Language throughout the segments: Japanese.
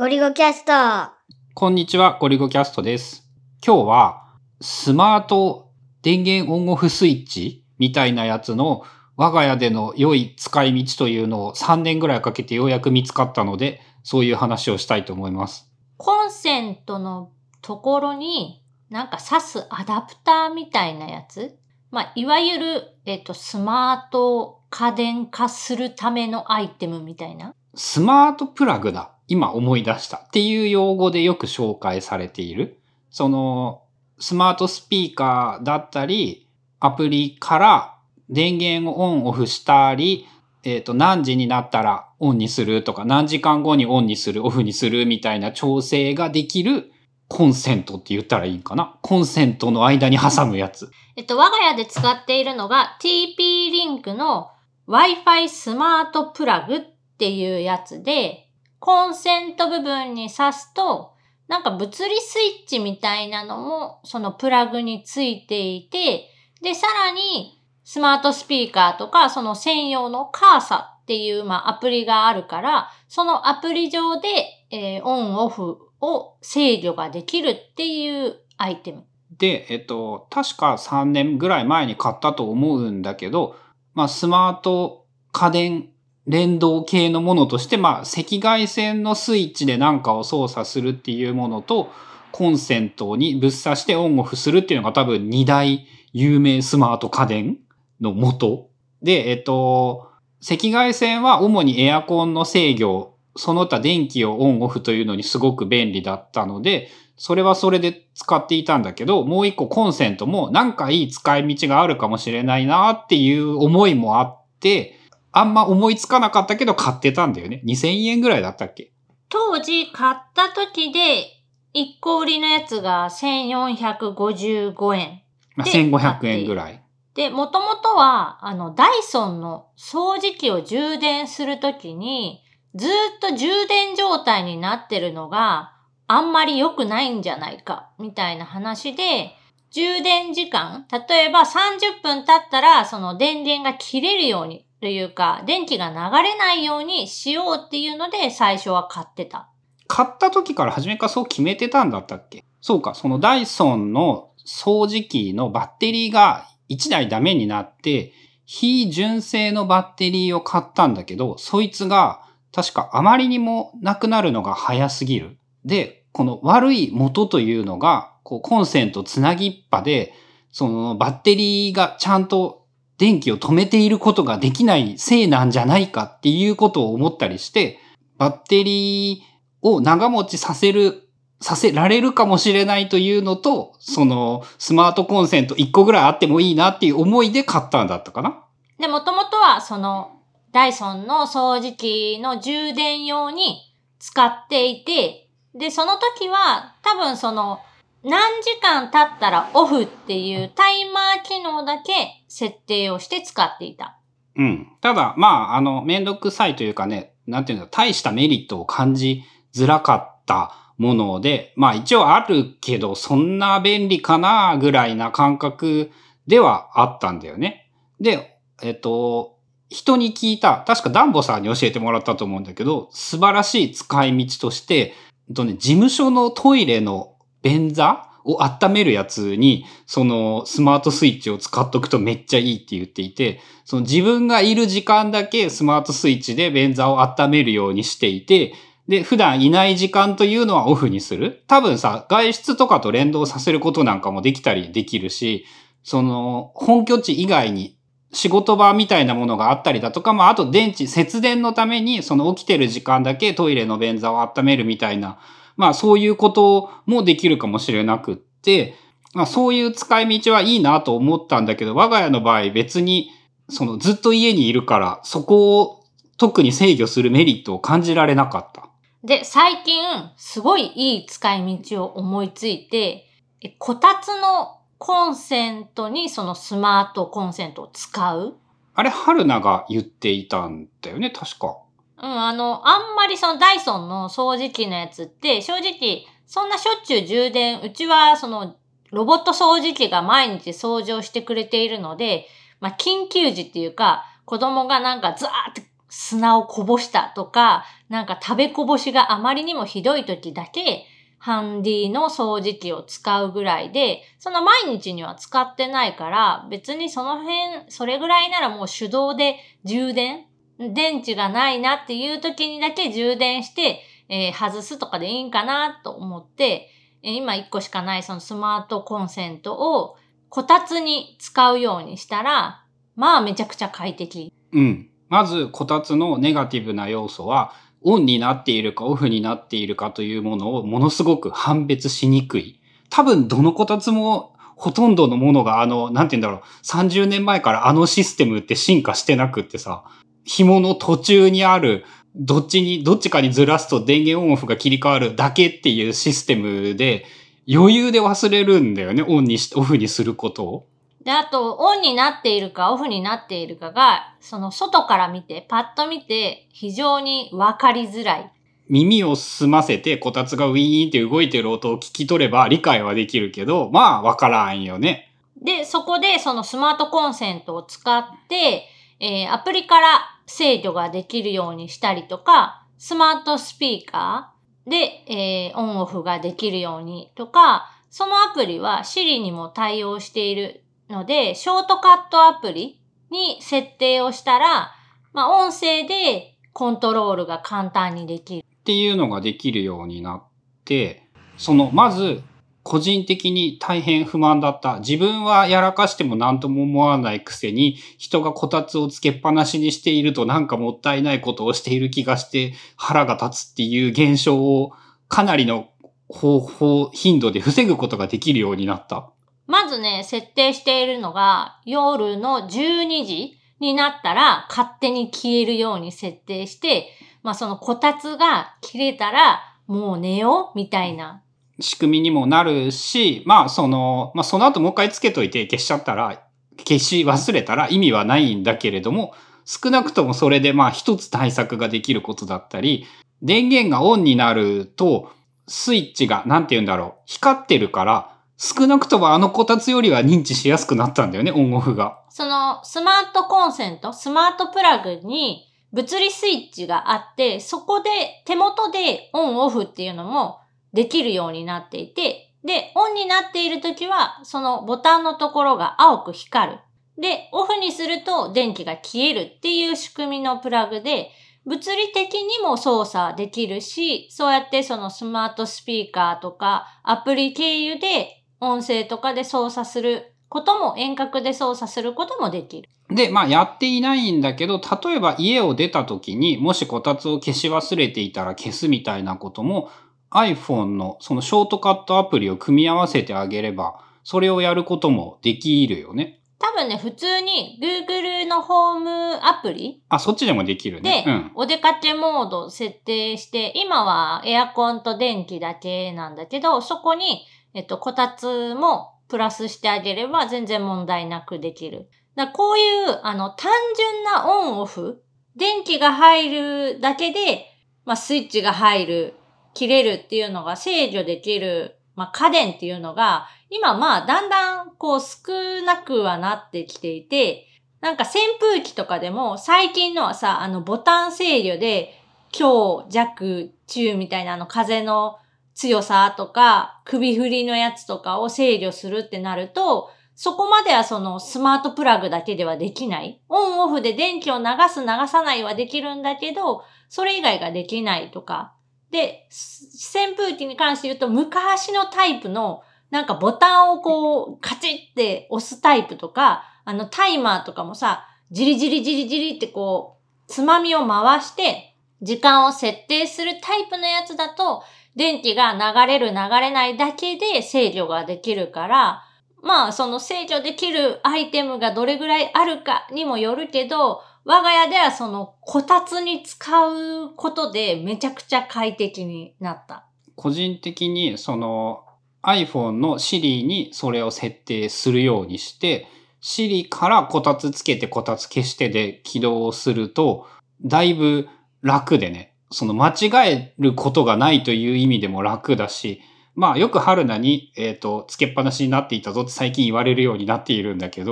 ゴリゴキャスト。 こんにちは、ゴリゴキャストです。今日はスマート電源オンオフスイッチみたいなやつの我が家での良い使い道というのを3年ぐらいかけてようやく見つかったので、そういう話をしたいと思います。 コンセントのところになんか挿すアダプターみたいなやつ、いわゆる、スマート家電化するためのアイテムみたいな。 スマートプラグだ。今思い出したっていう用語でよく紹介されている。そのスマートスピーカーだったり、アプリから電源をオンオフしたり、何時になったらオンにするとか、何時間後にオンにする、オフにするみたいな調整ができるコンセントって言ったらいいんかな。コンセントの間に挟むやつ。 我が家で使っているのが TP-Link の Wi-Fi スマートプラグっていうやつで、コンセント部分に挿すと、なんか物理スイッチみたいなのもそのプラグについていて、で、さらにスマートスピーカーとかその専用のカーサっていうアプリがあるから、そのアプリ上で、オンオフを制御ができるっていうアイテム。 で、確か3年ぐらい前に買ったと思うんだけど、スマート家電連動系のものとして、赤外線のスイッチで何かを操作するっていうものと、コンセントにぶっ挿してオンオフするっていうのが多分2大有名スマート家電の元。で、赤外線は主にエアコンの制御、その他電気をオンオフというのにすごく便利だったので、それはそれで使っていたんだけど、もう一個コンセントもなんかいい使い道があるかもしれないなっていう思いもあって、あんま思いつかなかったけど買ってたんだよね。2000円ぐらいだったっけ？ 当時買った時で1個売りのやつが1455円。 1500円ぐらい。 で、もともとはダイソンの掃除機を充電するときにずっと充電状態になってるのがあんまり良くないんじゃないかみたいな話で、充電時間、例えば30分経ったらその電源が切れるようにというか、電気が流れないようにしようっていうので最初は買ってた。 買った時から初めからそう決めてたんだったっけ？そうか、そのダイソンの掃除機のバッテリーが1台ダメになって、非純正のバッテリーを買ったんだけど、そいつが確かあまりにもなくなるのが早すぎる。で、この悪い元というのが、コンセントつなぎっぱで、そのバッテリーがちゃんと電気を止めていることができないせいなんじゃないかっていうことを思ったりして、バッテリーを長持ちさせられるかもしれないというのと、そのスマートコンセント1個ぐらいあってもいいなっていう思いで買ったんだったかな。 で、もともとはそのダイソンの掃除機の充電用に使っていて、で、その時は多分その何時間経ったらオフっていうタイマー機能だけ設定をして使っていた。 うん。ただ、めんどくさいというかね、なんていうの、大したメリットを感じづらかったもので、一応あるけど、そんな便利かなぐらいな感覚ではあったんだよね。で、人に聞いた、確かダンボさんに教えてもらったと思うんだけど、素晴らしい使い道として、事務所のトイレの便座を温めるやつに、そのスマートスイッチを使っとくとめっちゃいいって言っていて、その自分がいる時間だけスマートスイッチで便座を温めるようにしていて、で、普段いない時間というのはオフにする。多分さ、外出とかと連動させることなんかもできたりできるし、その本拠地以外に仕事場みたいなものがあったりだとか、あと節電のためにその起きてる時間だけトイレの便座を温めるみたいな、そういうこともできるかもしれなくって、そういう使い道はいいなと思ったんだけど、我が家の場合別にずっと家にいるからそこを特に制御するメリットを感じられなかった。 で、最近すごいいい使い道を思いついて、こたつのコンセントにそのスマートコンセントを使う。 あれ、春菜が言っていたんだよね、確か。 あんまりそのダイソンの掃除機のやつって正直そんなしょっちゅう充電、うちはそのロボット掃除機が毎日掃除をしてくれているので、緊急時っていうか子供がなんかザーって砂をこぼしたとか、なんか食べこぼしがあまりにもひどい時だけ、ハンディの掃除機を使うぐらいで、その毎日には使ってないから、別にその辺、それぐらいならもう手動で充電、電池がないなっていう時にだけ充電して、外すとかでいいんかなと思って、今1個しかないそのスマートコンセントをこたつに使うようにしたら、まあめちゃくちゃ快適。 うん。まず、こたつのネガティブな要素は、オンになっているかオフになっているかというものをものすごく判別しにくい。多分どのこたつもほとんどのものがなんて言うんだろう、30年前からシステムって進化してなくってさ、紐の途中にある、どっちかにずらすと電源オンオフが切り替わるだけっていうシステムで、余裕で忘れるんだよね、オフにすることを。 で、あと、オンになっているかオフになっているかが、その外から見て、パッと見て、非常にわかりづらい。 耳を澄ませてこたつがウィーンって動いてる音を聞き取れば理解はできるけど、まあわからんよね。 で、そこでそのスマートコンセントを使って、アプリから制御ができるようにしたりとか、スマートスピーカーで、オンオフができるようにとか、そのアプリは Siri にも対応しているので、ショートカットアプリに設定をしたら、まあ音声でコントロールが簡単にできる。 っていうのができるようになって、まず、個人的に大変不満だった。自分はやらかしても何とも思わないくせに、人がこたつをつけっぱなしにしているとなんかもったいないことをしている気がして腹が立つっていう現象をかなりの頻度で防ぐことができるようになった。 まずね、設定しているのが、夜の12時になったら勝手に消えるように設定して、まあそのこたつが切れたらもう寝ようみたいな仕組みにもなるし、その後もう一回つけといて消し忘れたら意味はないんだけれども、少なくともそれで一つ対策ができることだったり、電源がオンになるとスイッチが光ってるから、少なくともこたつよりは認知しやすくなったんだよね、オンオフが。 そのスマートコンセント、スマートプラグに物理スイッチがあって、そこで手元でオンオフっていうのもできるようになっていて、で、オンになっているときは、そのボタンのところが青く光る。で、オフにすると電気が消えるっていう仕組みのプラグで、物理的にも操作できるし、そうやってそのスマートスピーカーとかアプリ経由で音声とかで操作することも、遠隔で操作することもできる。 で、やっていないんだけど、例えば家を出た時にもしこたつを消し忘れていたら消すみたいなことも、iPhone のそのショートカットアプリを組み合わせてあげれば、それをやることもできるよね。 多分ね、普通に Google のホームアプリそっちでもできるね。 で、お出かけモード設定して、今はエアコンと電気だけなんだけど、そこに、こたつもプラスしてあげれば全然問題なくできる。こういう、単純なオンオフ、電気が入るだけで、スイッチが入る、切れるっていうのが制御できる、家電っていうのが、今だんだん少なくはなってきていて、なんか扇風機とかでも最近のはさ、ボタン制御で強、弱、中みたいな風の強さとか首振りのやつとかを制御するってなると、そこまではそのスマートプラグだけではできない。オンオフで電気を流す流さないはできるんだけど、それ以外ができないとか。で、扇風機に関して言うと昔のタイプのなんかボタンをカチッって押すタイプとか、タイマーとかもさ、じりじりじりじりってつまみを回して時間を設定するタイプのやつだと、電気が流れる流れないだけで制御ができるから、その制御できるアイテムがどれぐらいあるかにもよるけど、我が家ではそのこたつに使うことでめちゃくちゃ快適になった。 個人的にその iPhone の Siri にそれを設定するようにして、Siri からこたつつけてこたつ消してで起動すると、だいぶ楽でね、その間違えることがないという意味でも楽だし、よく春菜に、つけっぱなしになっていたぞって最近言われるようになっているんだけど、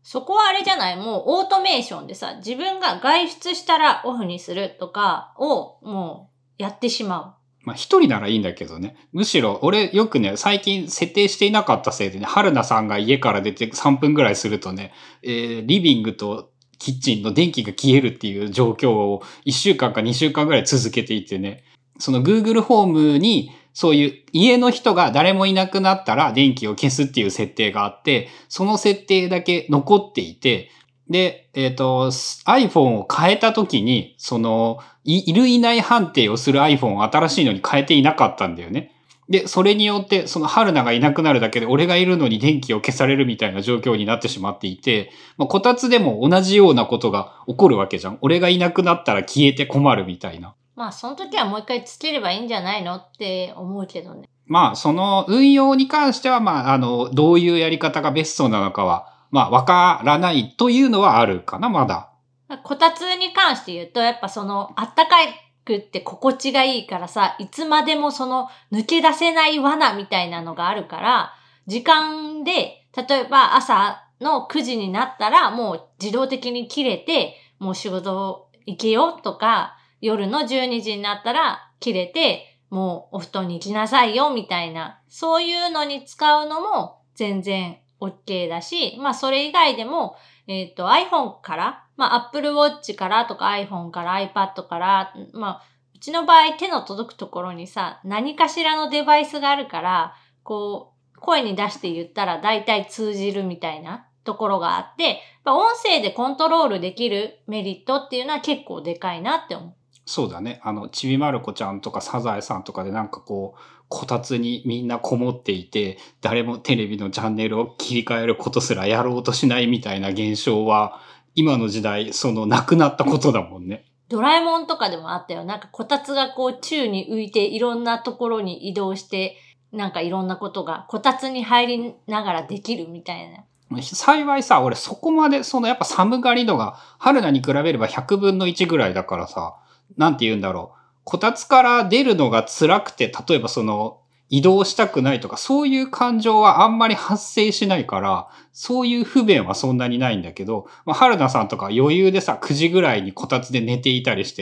そこはあれじゃない？もうオートメーションでさ、自分が外出したらオフにするとかをもうやってしままあ一人ならいいんだけどね。むしろ俺よくね、最近設定していなかったせいでね、春菜さんが家から出て3分ぐらいするとね、リビングとキッチンの電気が消えるっていう状況を1週間か2週間ぐらい続けていてね、その Google ホームにそういう家の人が誰もいなくなったら電気を消すっていう設定があって、その設定だけ残っていて、で、iPhone を変えた時に、いるいない判定をする iPhone を新しいのに変えていなかったんだよね。で、それによって、その春菜がいなくなるだけで、俺がいるのに電気を消されるみたいな状況になってしまっていて、まあ、こたつでも同じようなことが起こるわけじゃん。俺がいなくなったら消えて困るみたいな。 まあ、その時はもう一回つければいいんじゃないのって思うけどね。 まあ、その運用に関しては、まあ、どういうやり方がベストなのかは、まあ、わからないというのはあるかな、まだ。 こたつに関して言うと、やっぱあったかくって心地がいいからさ、いつまでも抜け出せない罠みたいなのがあるから、時間で、例えば朝の9時になったらもう自動的に切れて、もう仕事行けよとか、夜の12時になったら切れて、もうお布団に行きなさいよみたいな、そういうのに使うのも全然 OK だし、まあそれ以外でも、iPhone から、まあ Apple Watch からとか iPhone から iPad から、まあうちの場合手の届くところにさ、何かしらのデバイスがあるから、声に出して言ったら大体通じるみたいなところがあって、音声でコントロールできるメリットっていうのは結構でかいなって思う。 そうだね。ちびまる子ちゃんとかサザエさんとかでなんかこたつにみんなこもっていて、誰もテレビのチャンネルを切り替えることすらやろうとしないみたいな現象は、今の時代、なくなったことだもんね。 ドラえもんとかでもあったよ。なんかこたつが宙に浮いていろんなところに移動して、なんかいろんなことがこたつに入りながらできるみたいな。 幸いさ、俺そこまでやっぱ寒がり度が春菜に比べれば100分の1ぐらいだからさ、なんて言うんだろう。こたつから出るのが辛くて、例えば移動したくないとか、そういう感情はあんまり発生しないから、そういう不便はそんなにないんだけど、まあ、春菜さんとか余裕でさ、9時ぐらいにこたつで寝ていたりして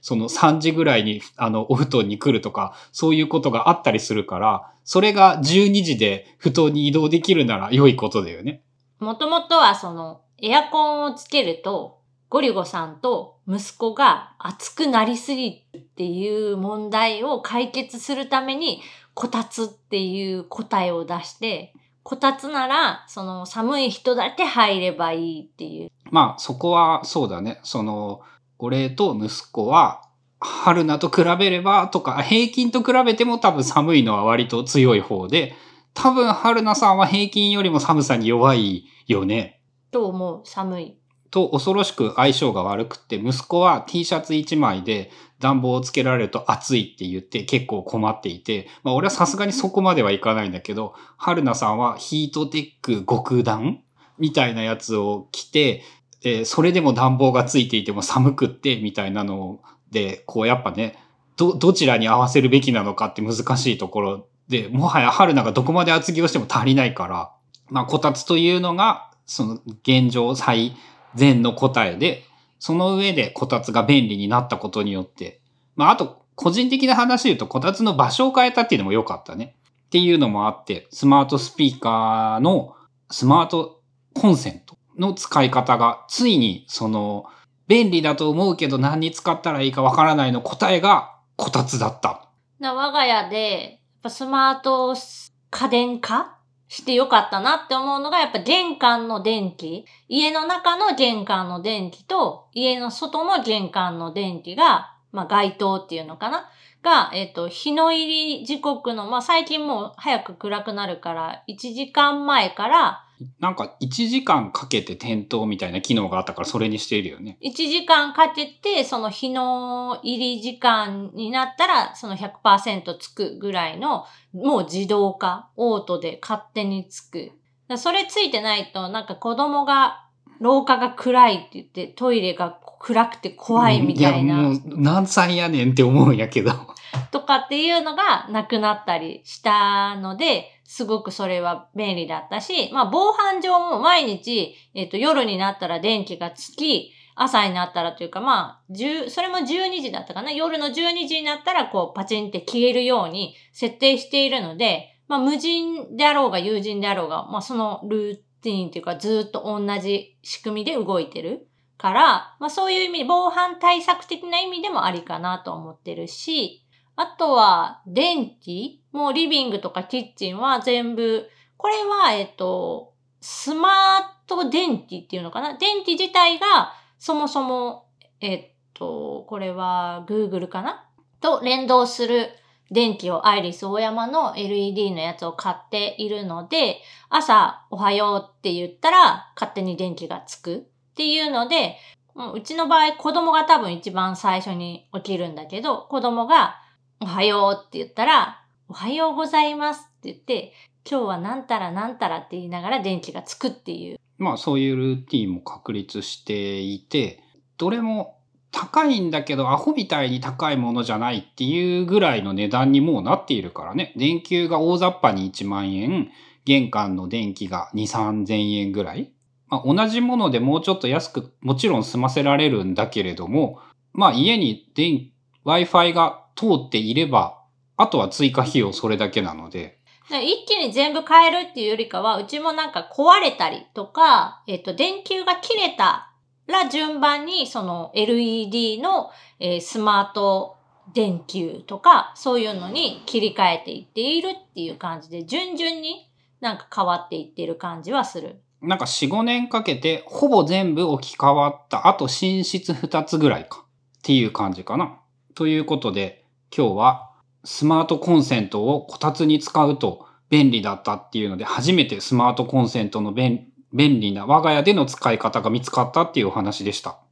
、3時ぐらいに、お布団に来るとか、そういうことがあったりするから、それが12時で布団に移動できるなら良いことだよね。 もともとはエアコンをつけると、ゴリゴさんと息子が暑くなりすぎっていう問題を解決するために、こたつっていう答えを出して、こたつなら、寒い人だけ入ればいいっていう。 まあ、そこはそうだね。俺と息子は、春菜と比べればとか、平均と比べても多分寒いのは割と強い方で、多分春菜さんは平均よりも寒さに弱いよね。 と思う、寒い。 と恐ろしく相性が悪くって、息子は T シャツ1枚で暖房をつけられると暑いって言って結構困っていて、まあ俺はさすがにそこまではいかないんだけど、春菜さんはヒートテック極暖みたいなやつを着て、それでも暖房がついていても寒くってみたいなので、やっぱね、どちらに合わせるべきなのかって難しいところで、もはや春菜がどこまで厚着をしても足りないから、まあこたつというのが、現状最善の答えで、その上でこたつが便利になったことによって、まああと個人的な話で言うとこたつの場所を変えたっていうのも良かったね。っていうのもあって、スマートスピーカーのスマートコンセントの使い方がついに便利だと思うけど何に使ったらいいかわからないの答えがこたつだった。 我が家でスマート家電化してよかったなって思うのが、やっぱ玄関の電気、家の中の玄関の電気と家の外の玄関の電気が、まあ街灯っていうのかなが、日の入り時刻の、まあ最近もう早く暗くなるから1時間前からなんか1時間かけて点灯みたいな機能があったからそれにしているよね。 1時間かけてその日の入り時間になったらその 100% つくぐらいのもう自動化、オートで勝手につく。それついてないとなんか子供が廊下が暗いって言って、トイレが暗くて怖いみたいな。 いや、もう何歳やねんって思うんやけど。 とかっていうのがなくなったりしたので、すごくそれは便利だったし、まあ防犯上も毎日、夜になったら電気がつき、朝になったらというか、まあ、それも12時だったかな。夜の12時になったら、こう、パチンって消えるように設定しているので、まあ、無人であろうが有人であろうが、まあ、そのルーティーンというか、ずっと同じ仕組みで動いてるから、まあ、そういう意味、防犯対策的な意味でもありかなと思ってるし、あとは、電気もうリビングとかキッチンは全部、これは、スマート電気っていうのかな。電気自体が、そもそも、これは Google かなと連動する電気をアイリスオーヤマの LED のやつを買っているので、朝おはようって言ったら勝手に電気がつくっていうので、うちの場合子供が多分一番最初に起きるんだけど、子供がおはようって言ったら、おはようございますって言って、今日はなんたらなんたらって言いながら電気がつくっていう。 まあそういうルーティンも確立していて、どれも高いんだけどアホみたいに高いものじゃないっていうぐらいの値段にもうなっているからね。電球が大雑把に1万円、玄関の電気が2、3000円ぐらい。まあ同じものでもうちょっと安くもちろん済ませられるんだけれども、まあ家にWi-Fi が通っていれば、あとは追加費用それだけなので、 一気に全部変えるっていうよりかは、うちもなんか壊れたりとか、電球が切れたら順番にその LED の、スマート電球とか、そういうのに切り替えていっているっていう感じで、順々になんか変わっていっている感じはする。 なんか4、5年かけてほぼ全部置き換わった。あと寝室2つぐらいか。っていう感じかな。ということで、今日はスマートコンセントをこたつに使うと便利だったっていうので、初めてスマートコンセントの便利な我が家での使い方が見つかったっていうお話でした。